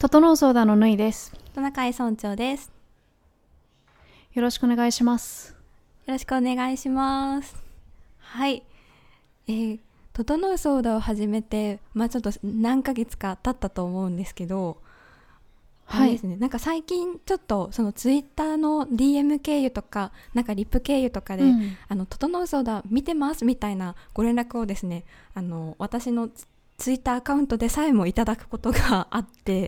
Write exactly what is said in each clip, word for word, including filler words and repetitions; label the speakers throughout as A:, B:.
A: 整う相談のぬいです。
B: トナカイ村長です。
A: よろしくお願いします。
B: よろしくお願いします。はい、えー、整う相談を始めてまあちょっと何ヶ月か経ったと思うんですけど、はい、あれですね、なんか最近ちょっとそのツイッターの ディーエム 経由とかなんかリップ経由とかで、うん、あの整う相談見てますみたいなご連絡をですね、あの私のツイッターアカウントでさえもいただくことがあって、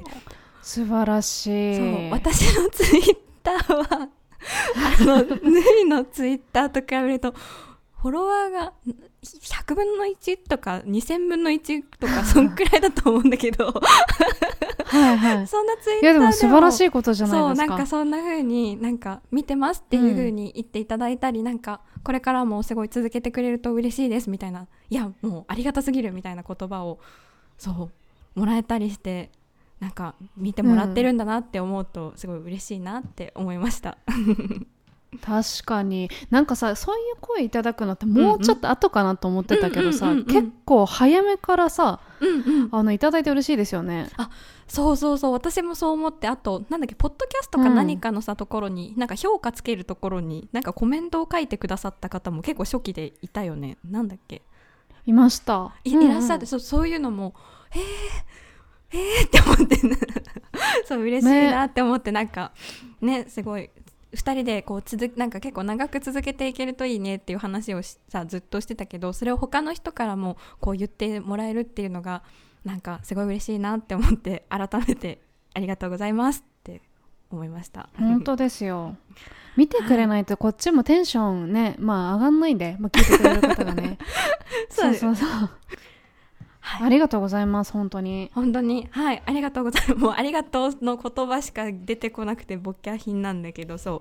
A: 素晴らしい。
B: そう、私のツイッターはあのぬいのツイッターと比べるとフォロワーがひゃくぶんのいちとかにせんぶんのいちとかそんくらいだと思うんだけど
A: はい、はい、
B: そんなツイッターでも
A: いやでも素晴らしいことじゃないですか。
B: そう、なんかそんな風になんか見てますっていう風に言っていただいたり、うん、なんかこれからもすごい続けてくれると嬉しいですみたいな、いやもうありがたすぎるみたいな言葉をそうもらえたりして、なんか見てもらってるんだなって思うとすごい嬉しいなって思いました、うん、
A: 確かになんかさ、そういう声いただくのってもうちょっと後かなと思ってたけどさ、結構早めからさ、うんうん、あのいただいて嬉しいですよね。
B: あ、そうそうそう、私もそう思って、あとなんだっけ、ポッドキャストか何かのさ、うん、ところになんか評価つけるところになんかコメントを書いてくださった方も結構初期でいたよね。なんだっけ、
A: いました。
B: い, いらっしゃって、うんうん、そ, そういうのもえーえーって思ってそう嬉しいなって思って、なんかね、すごいふたりでこう続なんか結構長く続けていけるといいねっていう話をさずっとしてたけど、それを他の人からもこう言ってもらえるっていうのがなんかすごい嬉しいなって思って、改めてありがとうございますって思いました。
A: 本当ですよ。見てくれないとこっちもテンションね、まあ上がんないんで、まあ、聞いてくれる方がねそうそうそう、はい、ありがとうございます。本当に
B: 本当に、はい、ありがとうございます。もうありがとうの言葉しか出てこなくてボキャ品なんだけど、そう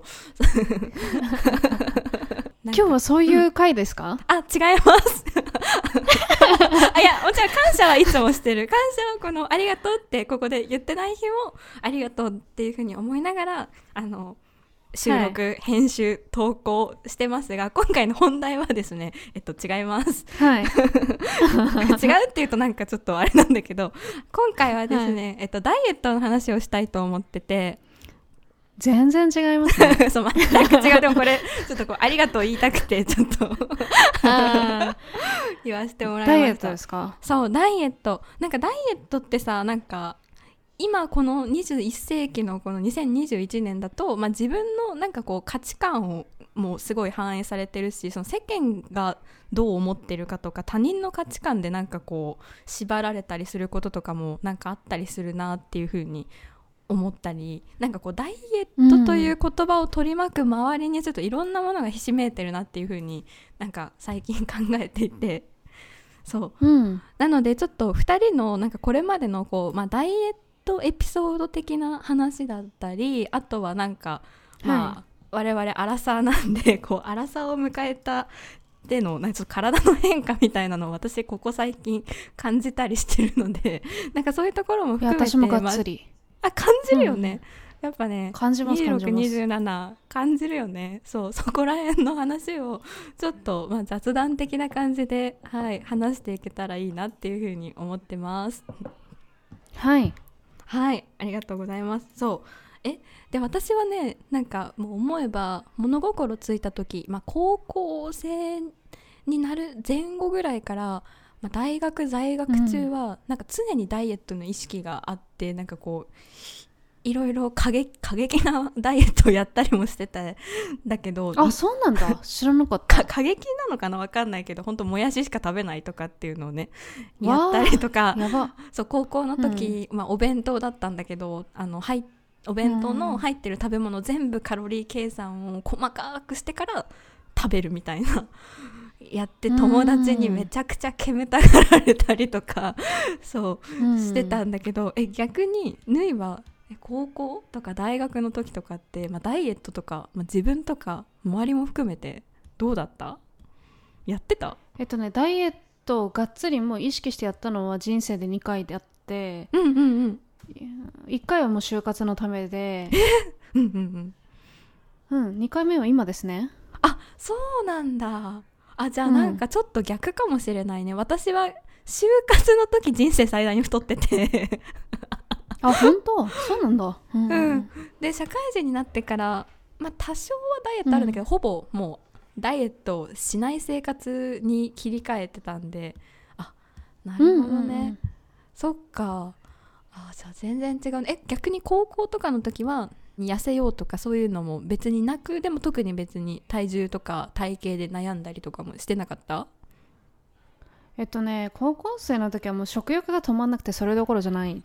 A: 今日はそういう回ですか？
B: うん、あ、違いますあ、いや、もちろん感謝はいつもしてる。感謝はこのありがとうってここで言ってない日もありがとうっていうふうに思いながら、あの収録、はい、編集、投稿してますが、今回の本題はですね、えっと違います、はい、違うっていうとなんかちょっとあれなんだけど、今回はですね、はい、えっとダイエットの話をしたいと思ってて。
A: 全然違いますね
B: そう、全く違う。でもこれちょっとこうありがとう言いたくてちょっとあ言わせてもらいました。
A: ダイエットですか？
B: そう、ダイエット。なんかダイエットってさ、なんか今このにじゅういっ世紀のこのにせんにじゅういちねんだと、まあ、自分のなんかこう価値観をもうすごい反映されてるし、その世間がどう思ってるかとか他人の価値観でなんかこう縛られたりすることとかもなんかあったりするなっていう風に思ったり、なんかこうダイエットという言葉を取り巻く周りにちょっといろんなものがひしめいてるなっていう風になんか最近考えていて、そう、うん、なのでちょっとふたりのなんかこれまでのこう、まあ、ダイエットエピソード的な話だったり、あとはなんか、まあ、はい、我々アラサーなんでこうアラサーを迎えたでのなんかちょっと体の変化みたいなのを私ここ最近感じたりしてるので、なんかそういうところも含めて、
A: 私もがっつり、
B: まあ、感じるよね、うん、やっぱね、
A: 感じます、
B: にじゅうろく、にじゅうなな感じるよね。そう、そこら辺の話をちょっと、まあ、雑談的な感じで、はい、話していけたらいいなっていうふうに思ってます。
A: はい
B: はい、ありがとうございます。そうえで私はね、なんかもう思えば物心ついた時、まあ、高校生になる前後ぐらいから、まあ、大学在学中は、うん、なんか常にダイエットの意識があって、なんかこういろいろ過激、過激なダイエットをやったりもしてたんだけど、
A: あ、そうなんだ、知らなかった。
B: 過激なのかな、分かんないけど、本当もやししか食べないとかっていうのをねやったりとか、
A: やば、
B: そう、高校の時、うん、まあ、お弁当だったんだけど、あのはいお弁当の入ってる食べ物全部カロリー計算を細かくしてから食べるみたいなやって、友達にめちゃくちゃ煙たがられたりとかそう、うん、してたんだけど、え逆にぬいは高校とか大学の時とかって、まあ、ダイエットとか、まあ、自分とか周りも含めてどうだった？やってた？
A: えっとねダイエットをがっつりもう意識してやったのは人生でにかいであって、
B: うんうんうん、
A: いっかいはもう就活のためで
B: うんうんうん、
A: うん、にかいめは今ですね。
B: あ、そうなんだ。あ、じゃあなんかちょっと逆かもしれないね、うん、私は就活の時人生最大に太ってて
A: あ、本当そうなんだ、うんうん
B: うん、で社会人になってから、まあ、多少はダイエットあるんだけど、うん、ほぼもうダイエットをしない生活に切り替えてたんで、あ、なるほどね、うんうんうん、そっか、あ、じゃあ全然違うね。え、逆に高校とかの時は痩せようとかそういうのも別になく、でも特に別に体重とか体型で悩んだりとかもしてなかった？
A: えっとね、高校生の時はもう食欲が止まんなくてそれどころじゃない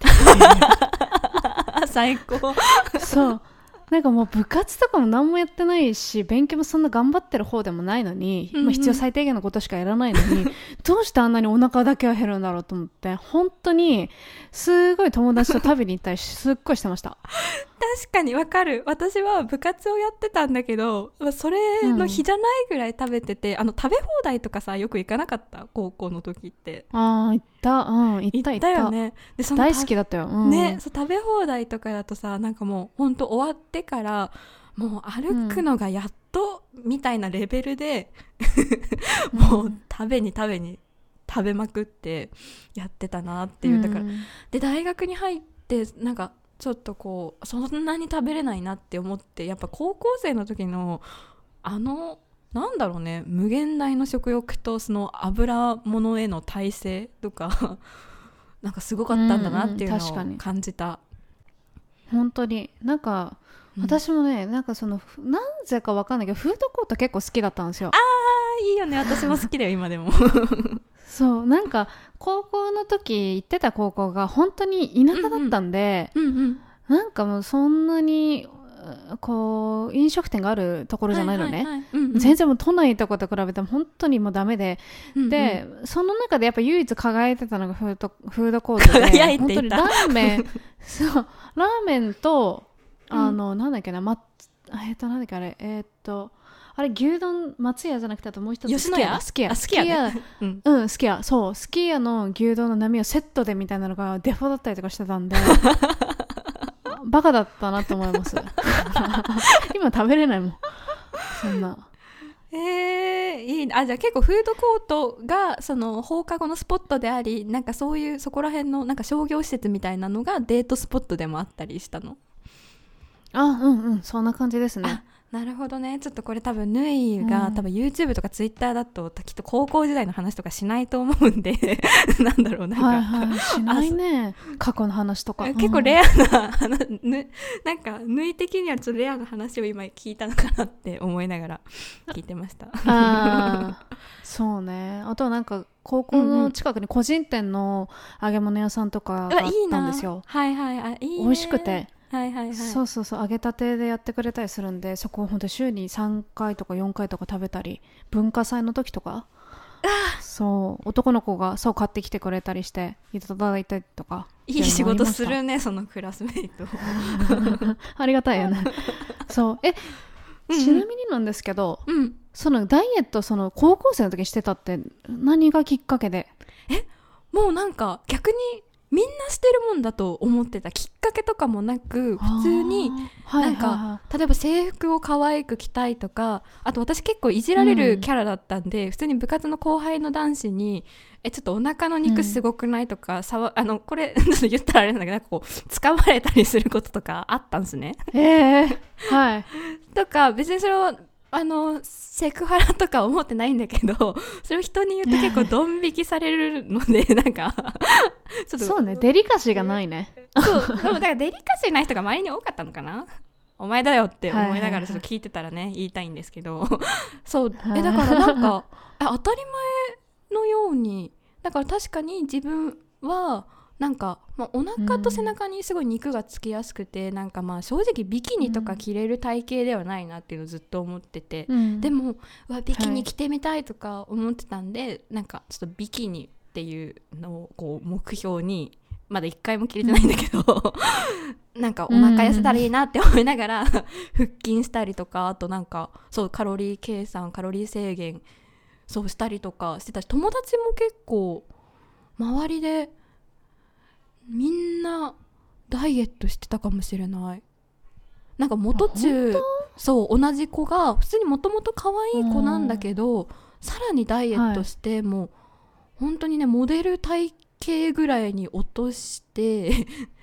B: 最高
A: そうなんかもう部活とかも何もやってないし、勉強もそんな頑張ってる方でもないのに、うんうん、まあ、必要最低限のことしかやらないのにどうしてあんなにお腹だけは減るんだろうと思って、本当にすごい友達と食べに行ったりすっごいしてました
B: 確かにわかる。私は部活をやってたんだけど、それの日じゃないぐらい食べてて、うん、あの食べ放題とかさ、よく行かなかった？高校の時って。
A: ああ、行った、うん、行った行った
B: よね。でその
A: 大好きだったよ、うん、
B: ね、そう食べ放題とかだとさ、なんかもうほんと終わってからもう歩くのがやっとみたいなレベルで、うん、もう食べに食べに食べまくってやってたなっていう、だから、うん、で大学に入ってなんかちょっとこうそんなに食べれないなって思って、やっぱ高校生の時のあのなんだろうね、無限大の食欲とその油物への耐性とかなんかすごかったんだなっていうのを感じた、
A: うん、本当になんか、うん、私もね、なんかそのなぜかわかんないけどフードコート結構好きだったんですよ。
B: あーいいよね、私も好きだよ今でも
A: そうなんか高校の時行ってた高校が本当に田舎だったんで、うんうんうんうん、なんかもうそんなにこう飲食店があるところじゃないのね、はいはいはい、うんうん、全然もう都内とかと比べても本当にもうダメで、うんうん、でその中でやっぱ唯一輝いてたのがフード、フードコートで
B: 輝いていた。
A: 本当にラーメンそうラーメンとあの、うん、なんだっけな、ま、えっとなんだっけあれえー、っとあれ牛丼松屋じゃなくて、あともう一つ
B: 吉野家、
A: すき家
B: すき家ね、
A: うん、うん、すき家、そうすき家の牛丼の波をセットでみたいなのがデフォだったりとかしてたんでバカだったなと思います今食べれないもんそんな。
B: えー、いいね。あ、じゃあ結構フードコートがその放課後のスポットであり、なんかそういうそこら辺のなんか商業施設みたいなのがデートスポットでもあったりしたの？
A: あ、うんうん、そんな感じですね。
B: なるほどね。ちょっとこれ多分ぬいが、うん、多分 YouTube とか Twitter だときっと高校時代の話とかしないと思うんでなんだろう、なんか、
A: はいはい、しないね過去の話とか
B: 結構レアな話、うん、なんかぬい的にはちょっとレアな話を今聞いたのかなって思いながら聞いてました
A: あそうね。あとはなんか高校の近くに個人店の揚げ物屋さんとかがあったんですよ。
B: いいはいはい、あ、いいね、
A: 美味しくて、
B: はいはいはい、
A: そうそうそう、揚げたてでやってくれたりするんで、そこを本当に週にさんかいとかよんかいとか食べたり、文化祭の時とかそう男の子がそう買ってきてくれたりしていただいたりとか。
B: いい仕事するね、そのクラスメイト
A: ありがたいよねそうえ、うん、ちなみになんですけど、うん、そのダイエットその高校生の時にしてたって何がきっかけで？
B: え、もうなんか逆にみんなしてるもんだと思ってた。きっかけとかもなく普通になんか、はいはいはい、例えば制服を可愛く着たいとか、あと私結構いじられるキャラだったんで、うん、普通に部活の後輩の男子にえちょっとお腹の肉すごくないとか、うん、さわあのこれちょっと言ったらあれなんだけど、なんかこう掴まれたりすることとかあったんですね。
A: えー、はい
B: とか別にそれをあのセクハラとか思ってないんだけど、それを人に言って結構ドン引きされるのでなんか
A: ちょっとそうね、デリカシーがないね。
B: そうでもだからデリカシーない人が周りに多かったのかな。お前だよって思いながらちょっと聞いてたらね、はいはいはい、言いたいんですけどそうえだからなんか当たり前のように、だから確かに自分はなんか、まあ、お腹と背中にすごい肉がつきやすくて、うん、なんかまあ正直ビキニとか着れる体型ではないなっていうのをずっと思ってて、うん、でもうわビキニ着てみたいとか思ってたんで、はい、なんかちょっとビキニっていうのをこう目標にまだ一回も着れてないんだけどなんかお腹痩せたらいいなって思いながら腹筋したりとか、あとなんかそうカロリー計算カロリー制限そうしたりとかしてたし、友達も結構周りでみんなダイエットしてたかもしれない。なんか元中そう同じ子が普通にもともと可愛い子なんだけど、さらにダイエットして、はい、もう本当にねモデル体型ぐらいに落として食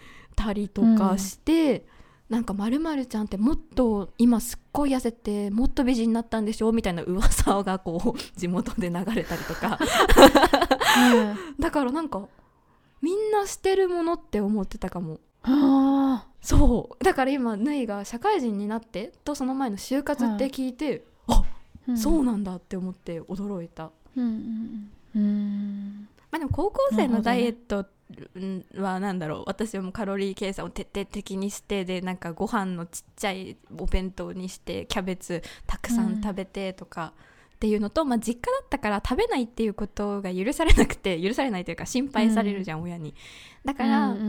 B: たりとかして、うん、なんか〇〇ちゃんってもっと今すっごい痩せてもっと美人になったんでしょみたいな噂がこう地元で流れたりとか、うん、だからなんかみんなしてるものって思ってたかも。
A: あ
B: そうだから今ぬいが社会人になってとその前の就活って聞いて、はい、あ、うん、そうなんだって思って驚いた、うんうんうん、まあ、でも高校生のダイエットはなんだろう、私はもうカロリー計算を徹底的にしてでなんかご飯のちっちゃいお弁当にしてキャベツたくさん食べてとかっていうのと、うん、まあ、実家だったから食べないっていうことが許されなくて許されないというか心配されるじゃん、うん、親に。だから、うんうん、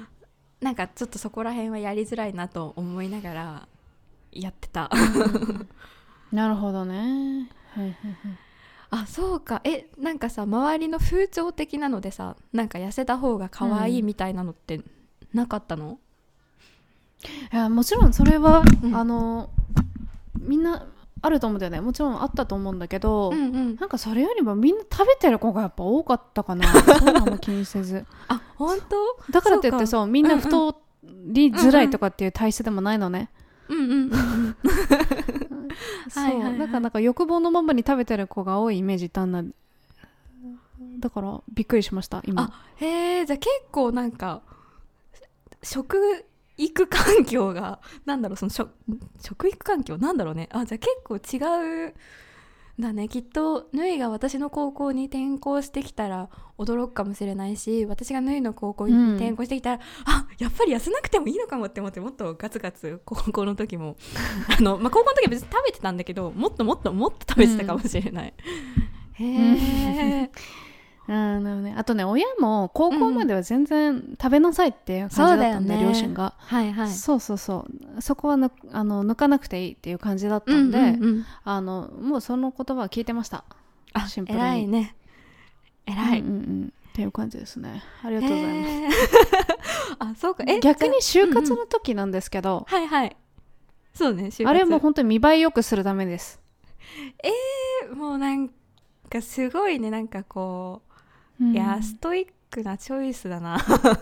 B: なんかちょっとそこら辺はやりづらいなと思いながらやってた、うん、
A: なるほどね。
B: あ、そうか。え、なんかさ周りの風潮的なのでさなんか痩せた方が可愛いみたいなのってなかったの？
A: うん、いやもちろんそれは、うん、あのみんなあると思うんだよね。もちろんあったと思うんだけど、うんうん、なんかそれよりもみんな食べてる子がやっぱ多かったかな。そういうのあんま気にせず
B: あ、本当？
A: だからといってそうみんな太りづらいとかっていう体質でもないのね。うんうんうんそう、はいはいはい、なんかなんか欲望のままに食べてる子が多いイメージ単なだからびっくりしました今。
B: あ、へえ、じゃあ結構なんか食育環境がなんだろうその食食育環境なんだろうね。あ、じゃあ結構違うだね。きっとぬいが私の高校に転校してきたら驚くかもしれないし、私がぬいの高校に転校してきたら、うん、あ、やっぱり痩せなくてもいいのかもって思ってもっとガツガツ高校の時もあの、まあ、高校の時は別に食べてたんだけどもっともっともっと食べてたかもしれない、うん、へえ
A: あ, ね、あとね親も高校までは全然食べなさいっていう感じだったんで、うん、両親が、はいはい、そうそうそうそこはぬあの抜かなくていいっていう感じだったんで、うんうんうん、あのもうその言葉は聞いてました。
B: あ、シンプルに偉いね偉い、うんうんうん、
A: っていう感じですね。ありがとうございます、えー、
B: あ、そうか。え
A: 逆に就活の時なんですけど、
B: うんうん、はいはいそうね、就活
A: あれも本当に見栄え良くするためです。
B: えー、もうなんかすごいね、なんかこううん、いやストイックなチョイスだな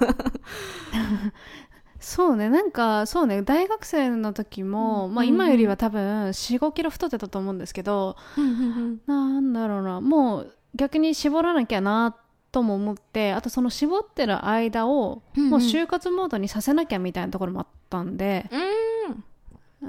A: そうね、なんかそうね大学生の時も、うんまあ、今よりは多分 よんごキロ太ってたと思うんですけど、うん、なんだろうな、もう逆に絞らなきゃなとも思って、あとその絞ってる間を、うんうん、もう就活モードにさせなきゃみたいなところもあったんで、うんうん、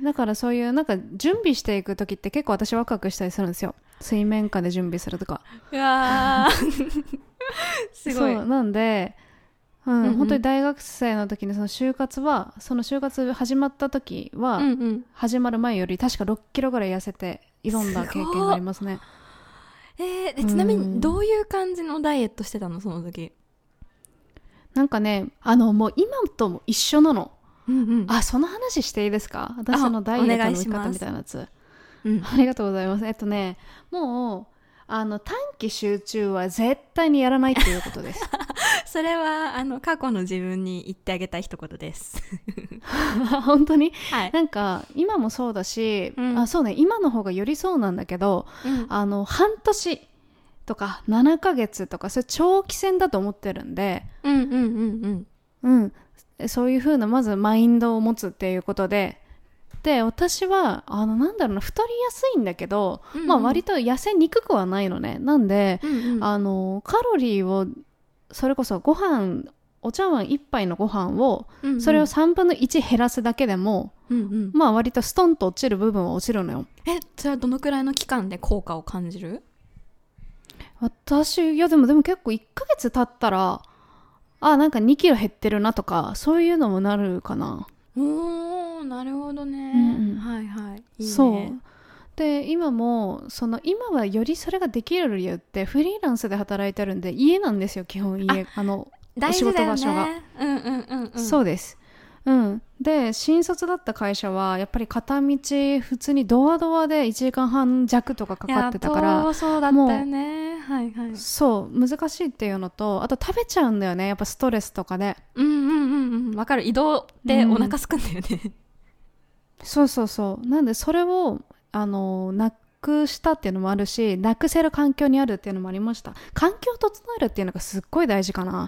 A: だからそういうなんか準備していく時って結構私ワクワクしたりするんですよ。水面下で準備するとか。
B: うわすごい。
A: そうなんで、うんうんうん、本当に大学生の時にその就活はその就活始まった時は、うんうん、始まる前より確かろっキロぐらい痩せて挑んだ経験がありますね。
B: えー、でちなみにどういう感じのダイエットしてたのその時？
A: なんかね、あのもう今とも一緒なの。うんうん、あ、その話していいですか？私のダイエットの生き方みたいなやつ、うん、ありがとうございます。えっとねもうあの短期集中は絶対にやらないっていうことです
B: それはあの過去の自分に言ってあげたい一言です
A: 本当に、はい、なんか今もそうだし、うん、あそうね今の方がよりそうなんだけど、うん、あの半年とかななかげつとかそれ長期戦だと思ってるんで、うんうんうんうんうんそういう風なまずマインドを持つっていうことで、で私はあのなんだろうな太りやすいんだけど、うんうんまあ、割と痩せにくくはないのね。なんで、うんうん、あのカロリーをそれこそご飯お茶碗一杯のご飯を、うんうん、それをさんぶんのいち減らすだけでも、うんうん、まあ割とストンと落ちる部分は落ちるのよ。
B: えそれはどのくらいの期間で効果を感じる？
A: 私いやでもでも結構いっかげつ経ったらあなんかにキロ減ってるなとかそういうのもなるかな。
B: おーなるほどね、うんうん、はいはい、いいね。
A: そうで今もその今はよりそれができる理由ってフリーランスで働いてるんで家なんですよ基本家 あ, あのお仕事場所が、うんうんうんうん、そうです、うん、で新卒だった会社はやっぱり片道普通にドアドアでいちじかんはん弱とかかかってたから
B: そうだったよね、はいはい、
A: そう難しいっていうのとあと食べちゃうんだよねやっぱストレスとかで。
B: うんうんうんうんわかる。移動ってお腹すくんだよね、うん、
A: そうそうそうなんでそれをあのなくしたっていうのもあるしなくせる環境にあるっていうのもありました。環境を整えるっていうのがすっごい大事かな。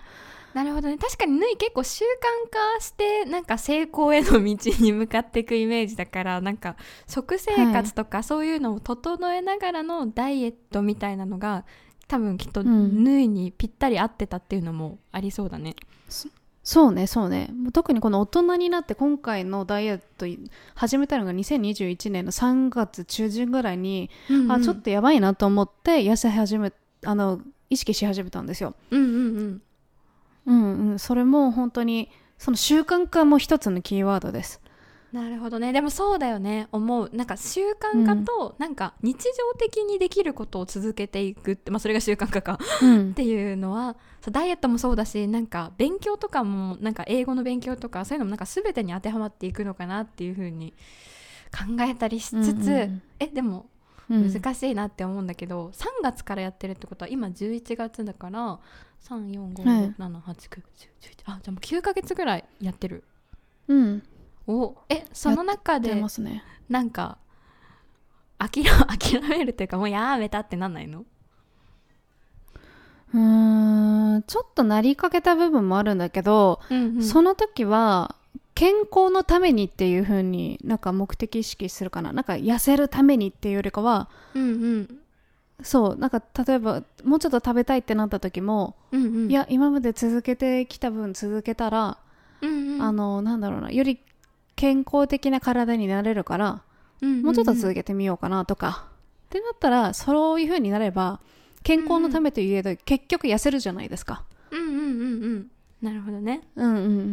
B: なるほどね。確かに縫い結構習慣化してなんか成功への道に向かっていくイメージだから、なんか食生活とかそういうのを整えながらのダイエットみたいなのが多分きっと縫いにぴったり合ってたっていうのもありそうだね、
A: うん、そうねそうね。特にこの大人になって今回のダイエット始めたのがにせんにじゅういちねんのさんがつ中旬ぐらいに、うんうん、あちょっとやばいなと思って痩せ始めあの意識し始めたんですよ。
B: うんうんうん
A: うんうん、それも本当にその習慣化も一つのキーワードです。
B: なるほどね。でもそうだよね、思う。なんか習慣化となんか日常的にできることを続けていくって、まあ、それが習慣化か、うん、っていうのはダイエットもそうだし、なんか勉強とかもなんか英語の勉強とかそういうのもなんか全てに当てはまっていくのかなっていう風に考えたりしつつ、うんうん、えでも難しいなって思うんだけど、うん、さんがつからやってるってことは今じゅういちがつだからさん、よん、ご、ろく、なな、はち、きゅう、じゅう、じゅういち、あ、じゃあもうきゅうかげつぐらいやってる。
A: うん。
B: お、え、その中で、ね、なんか諦めるっていうかもうやめたってなんないの？
A: うーん、ちょっとなりかけた部分もあるんだけど、うんうん、その時は健康のためにっていう風になんか目的意識するかな。なんか痩せるためにっていうよりかは、うんうん、そうなんか例えばもうちょっと食べたいってなった時も、うんうん、いや今まで続けてきた分続けたら、うんうん、あのなんだろうな、より健康的な体になれるから、うんうんうん、もうちょっと続けてみようかなとかってなったら、そういう風になれば健康のためといえど、うんうん、結局痩せるじゃないですか。
B: うんうんうんうん。なるほどね。
A: うんうん。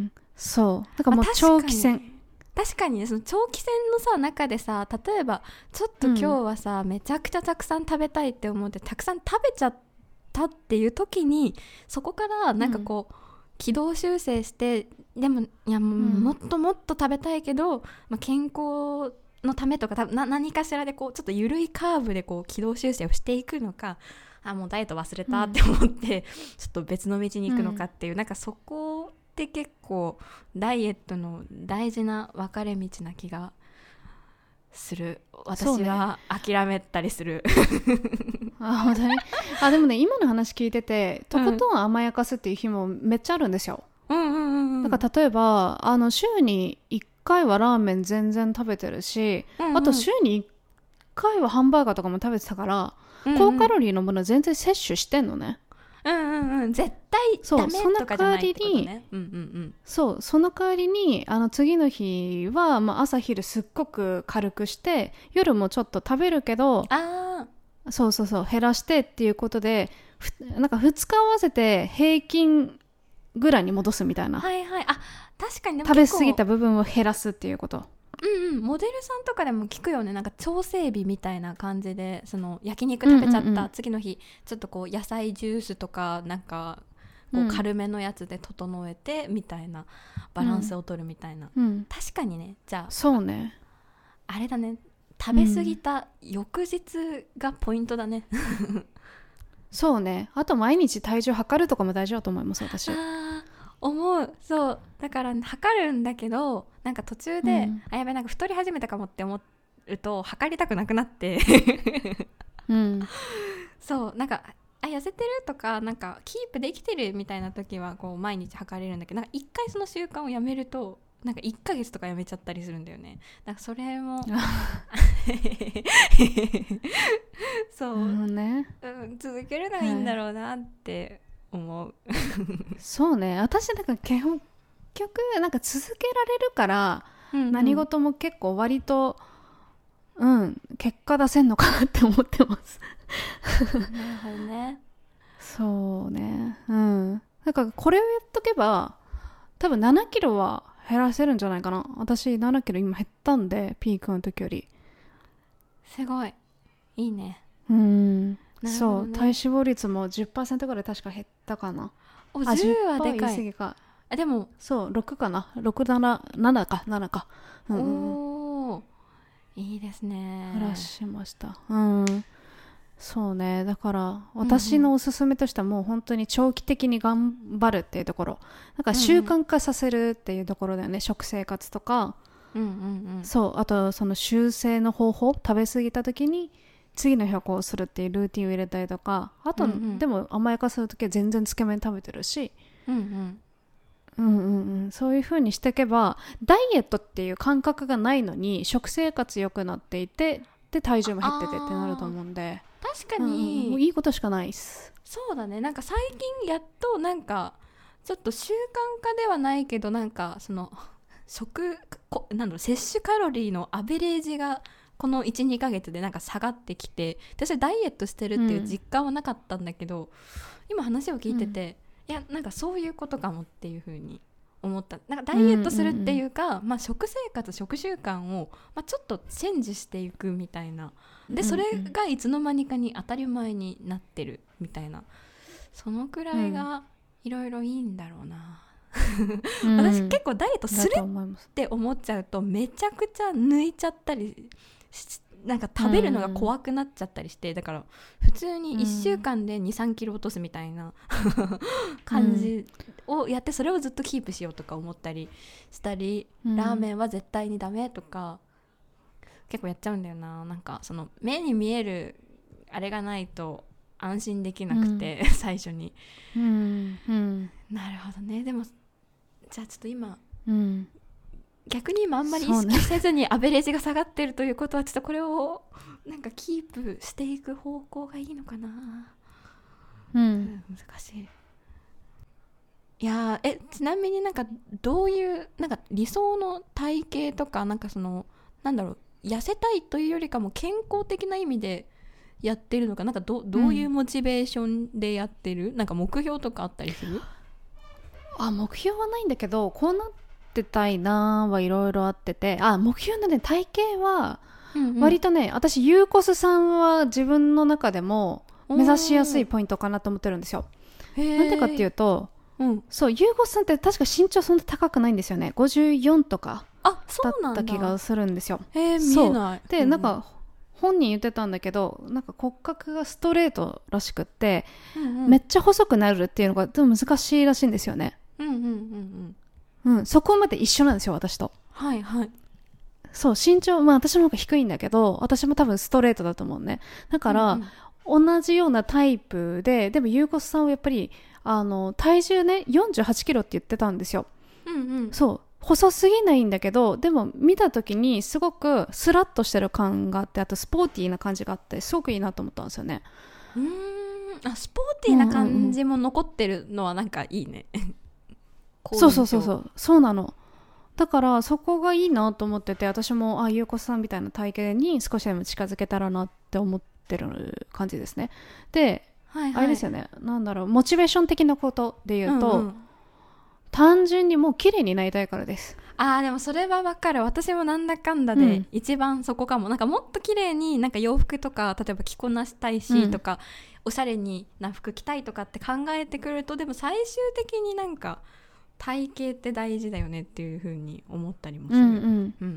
A: そうだからもう長期戦、
B: まあ、確かに、確かにね、その長期戦のさ中でさ、例えばちょっと今日はさ、うん、めちゃくちゃたくさん食べたいって思ってたくさん食べちゃったっていう時に、そこからなんかこう、うん、軌道修正して、でもいやもう、うん、もっともっと食べたいけど、まあ、健康のためとかたな何かしらでこうちょっと緩いカーブでこう軌道修正をしていくのか、あもうダイエット忘れたって思って、うん、ちょっと別の道に行くのかっていう、うん、なんかそこって結構ダイエットの大事な分かれ道な気がする。私は諦めたりする、
A: ね、あ本当にあでもね、今の話聞いててとことん甘やかすっていう日もめっちゃあるんですよ、うんうんうんうん、だから例えばあの週にいっかいはラーメン全然食べてるし、うんうん、あと週にいっかいはハンバーガーとかも食べてたから、うんうん、高カロリーのもの全然摂取してんのね。
B: うんうんうん、絶対ダメとかじゃないってことね。うんうんうん、
A: そうその代わりにあの次の日は、まあ、朝昼すっごく軽くして夜もちょっと食べるけど、あそうそうそう減らしてっていうことで、なんかふつか合わせて平均ぐらいに戻すみたいな。
B: はいはい、あ確かにでも
A: 食べ過ぎた部分を減らすっていうこと。
B: うんうん、モデルさんとかでも聞くよね。なんか調整日みたいな感じで、その焼肉食べちゃった、うんうんうん、次の日ちょっとこう野菜ジュースとかなんかこう軽めのやつで整えてみたいな、バランスを取るみたいな、うんうん、確かにね。じゃあ
A: そうね、
B: あれだね、食べ過ぎた翌日がポイントだね、うん、
A: そうね。あと毎日体重測るとかも大事だと思います私。
B: あ思う。そうだから測るんだけど、なんか途中で、うん、あやべなんか太り始めたかもって思うと測りたくなくなってうん、そうなんかあ痩せてるとかなんかキープできてるみたいな時はこう毎日測れるんだけど、なんか一回その習慣をやめるとなんかいっかげつとかやめちゃったりするんだよね。なんかそれもそう、うんねうん、続けるのがいいんだろうなって思う
A: そうね、私なんか結局なんか続けられるから、うんうん、何事も結構割とうん結果出せんのかなって思ってます
B: なるほどね。
A: そうね、うんだからこれをやっとけば多分ななキロは減らせるんじゃないかな。私ななキロ今減ったんで、ピークの時より。
B: すごいいいね。
A: うんね、そう体脂肪率も じゅっパーセント ぐらい確か減ったかな。
B: おじゅうはでかい。
A: 言い過ぎか。
B: あでも
A: そうろくかな、ろく、なな、ななかななか、うんうん、
B: おいいですね。
A: 減らしました。うんそうね、だから私のおすすめとしてはもう本当に長期的に頑張るっていうところ、なんか習慣化させるっていうところだよね、うんうん、食生活とか、うんうんうん、そうあとその修正の方法、食べ過ぎた時に次の日はこうするっていうルーティンを入れたりとか、あと、うんうん、でも甘やかす時は全然つけ麺食べてるし、
B: うんうん
A: うんうんうん、そういう風にしていけばダイエットっていう感覚がないのに食生活良くなっていてで体重も減っててってなると思うんで、
B: 確か
A: うんうん、
B: に、
A: もういいことしかないっす。
B: そうだね。なんか最近やっとなんかちょっと習慣化ではないけど、なんかその食こなんだろう摂取カロリーのアベレージがこの いち,に ヶ月でなんか下がってきて、私はダイエットしてるっていう実感はなかったんだけど、うん、今話を聞いてて、うん、いやなんかそういうことかもっていう風に思った。なんかダイエットするっていうか、うんうんうん、まあ、食生活食習慣を、まあ、ちょっとチェンジしていくみたいなで、それがいつの間にかに当たり前になってるみたいな、そのくらいがいろいろいいんだろうな、うん、私結構ダイエットするって思っちゃうとめちゃくちゃ抜いちゃったりなんか食べるのが怖くなっちゃったりして、だから普通にいっしゅうかんで に,さん キロ落とすみたいな感じをやって、それをずっとキープしようとか思ったりしたり、ラーメンは絶対にダメとか結構やっちゃうんだよな。なんかその目に見えるあれがないと安心できなくて、うん、最初に、うんうん、なるほどね。でもじゃあちょっと今、うん、逆に今あんまり意識せずにアベレージが下がってるということは、ちょっとこれをなんかキープしていく方向がいいのかな、うん、難しい。いやえちなみになんかどういうなんか理想の体型とか、なんかそのなんだろう、痩せたいというよりかも健康的な意味でやってるのか、なんか ど, どういうモチベーションでやってる、うん、なんか目標とかあったりする？
A: あ、目標はないんだけど、こうなってたいなはいろいろあってて、あ、目標のね、体型は割とね、うんうん、私ユーコスさんは自分の中でも目指しやすいポイントかなと思ってるんですよ。なんでかっていうと、うん、そう、ユーコスさんって確か身長そんな高くないんですよね。ごじゅうよんとかだった気がするんですよ。
B: へー、見えない。
A: で、なんか本人言ってたんだけど、なんか骨格がストレートらしくって、うんうん、めっちゃ細くなるっていうのがでも難しいらしいんですよね。うんうんうんうん、うん、そこまで一緒なんですよ、私と。
B: はいはい。
A: そう、身長、まあ私の方が低いんだけど、私も多分ストレートだと思うね。だから、うんうん、同じようなタイプで、でもユーコスさんはやっぱりあの体重ねよんじゅうはちキロって言ってたんですよ。うんうん、そう細すぎないんだけど、でも見た時にすごくスラッとしてる感があって、あとスポーティーな感じがあってすごくいいなと思ったんですよね。
B: うーん、あ、スポーティーな感じも残ってるのはなんかいいね。
A: そうそうそうそうそうなの。だからそこがいいなと思ってて、私もあゆうこさんみたいな体型に少しでも近づけたらなって思ってる感じですね。で、はいはい、あれですよね、なんだろう、モチベーション的なことで言うと、うんうん、単純にもう綺麗になりたいからです。
B: あー、でもそれは分かる。私もなんだかんだで一番そこかも、うん、なんかもっと綺麗になんか洋服とか例えば着こなしたいしとか、うん、おしゃれにな服着たいとかって考えてくると、でも最終的になんか体型って大事だよねっていう風に思ったりもする。うんうんうんうんうん、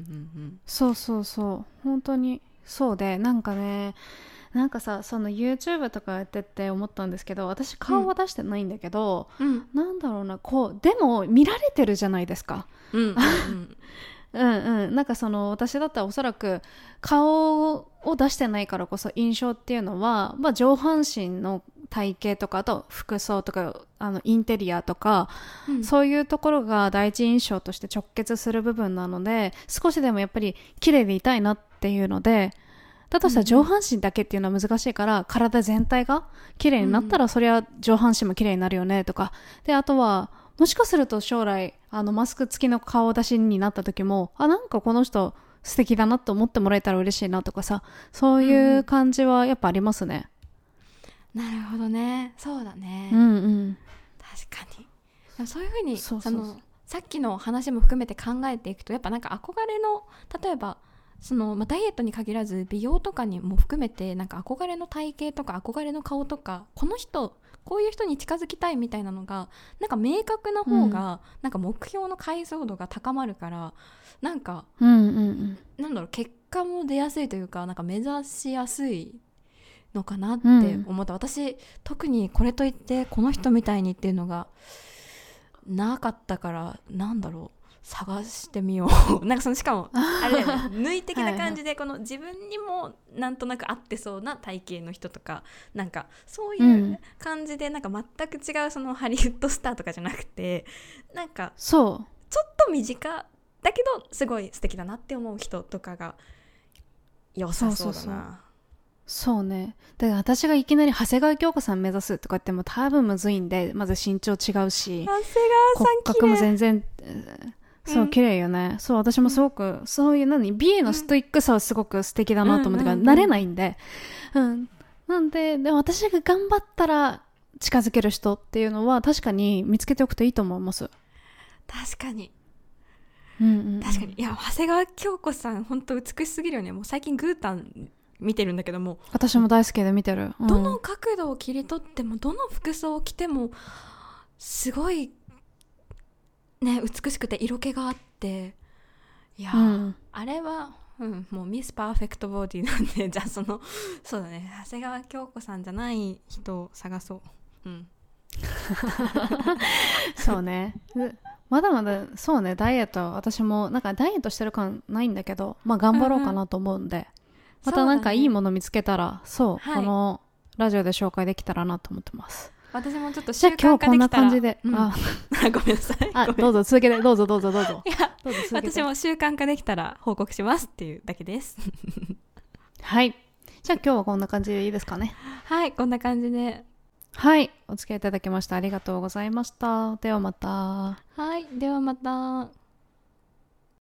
A: そうそうそう、本当にそうで、なんかね、なんかさ、その YouTube とかやってて思ったんですけど、私顔は出してないんだけど、うん、なんだろうな、こうでも見られてるじゃないですか。うんうんうんうんうん、なんかその私だったらおそらく顔を出してないからこそ印象っていうのは、まあ、上半身の体型とか、あと服装とかあのインテリアとか、うん、そういうところが第一印象として直結する部分なので、少しでもやっぱり綺麗でいたいなっていうので、だとしたら上半身だけっていうのは難しいから、うん、体全体が綺麗になったら、そりゃ上半身も綺麗になるよねとかで、あとはもしかすると将来あのマスク付きの顔出しになった時も、あ、なんかこの人素敵だなと思ってもらえたら嬉しいなとかさ、そういう感じはやっぱありますね。
B: うん、なるほどね。そうだね、
A: うんうん、
B: 確かに。でもそういう風に
A: そうそうそう、
B: そのさっきの話も含めて考えていくと、やっぱなんか憧れの、例えばその、まあ、ダイエットに限らず美容とかにも含めて、なんか憧れの体型とか憧れの顔とか、この人こういう人に近づきたいみたいなのがなんか明確な方が、うん、なんか目標の解像度が高まるから、なんか、うんうんうん、なんだろう、結果も出やすいというか、なんか目指しやすいのかなって思った、うん、私特にこれといってこの人みたいにっていうのがなかったから、なんだろう、 探してみようなんかそのしかもあれだよね縫い的な感じでこの自分にもなんとなく合ってそうな体型の人とかなんかそういう感じで、なんか全く違うそのハリウッドスターとかじゃなくて、なんか
A: そう
B: ちょっと身近だけどすごい素敵だなって思う人とかが良さそうだな。そうそうそう、
A: そうね。だから私がいきなり長谷川京子さん目指すとか言っても多分むずいんで、まず身長違うし、
B: 長谷川さん
A: 骨格も全然、そう、綺麗よね。そう、私もすごく、うん、そういう何美へのストイックさはすごく素敵だなと思ってから、うんうんうん、慣れないんで、うん。なんで、でも私が頑張ったら近づける人っていうのは確かに見つけておくといいと思います。
B: 確かに。
A: うんうんうん、
B: 確かに。いや、長谷川京子さん、本当美しすぎるよね。もう最近グータン見てるんだけども。
A: 私も大好きで見てる。
B: うん、どの角度を切り取っても、どの服装を着ても、すごい、ね、美しくて色気があって、いや、うん、あれは、うん、もうミスパーフェクトボディなんで、じゃあその、そうだね、長谷川京子さんじゃない人を探そう。うん。
A: そうね。まだまだそうね、ダイエット私もなんかダイエットしてる感ないんだけど、まあ頑張ろうかなと思うんで、うんうん、またなんかいいもの見つけたらそう、はい、このラジオで紹介できたらなと思ってます。
B: 私もちょっと習慣化できたら。
A: じゃあ今日こんな感じで、
B: うん、あごめんなさい。
A: あどうぞ続けてどうぞどうぞどうぞ。
B: いやどうぞ続けて。私も習慣化できたら報告しますっていうだけです。
A: はい。じゃあ今日はこんな感じでいいですかね。
B: はい、こんな感じで。
A: はい、お付き合いいただきましてありがとうございました。ではまた。
B: はい、ではまた。